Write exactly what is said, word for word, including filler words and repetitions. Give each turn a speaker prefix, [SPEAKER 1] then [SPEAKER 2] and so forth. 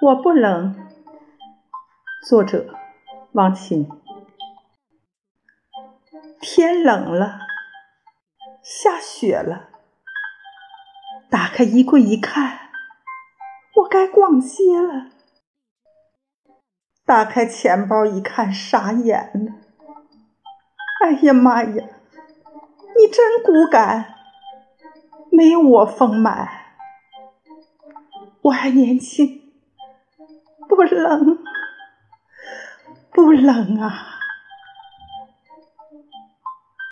[SPEAKER 1] 我不冷。作者：王琴。天冷了，下雪了。打开衣柜一看，我该逛街了。打开钱包一看，傻眼了。哎呀妈呀，你真骨感，没有我丰满。我还年轻，不冷，不冷啊。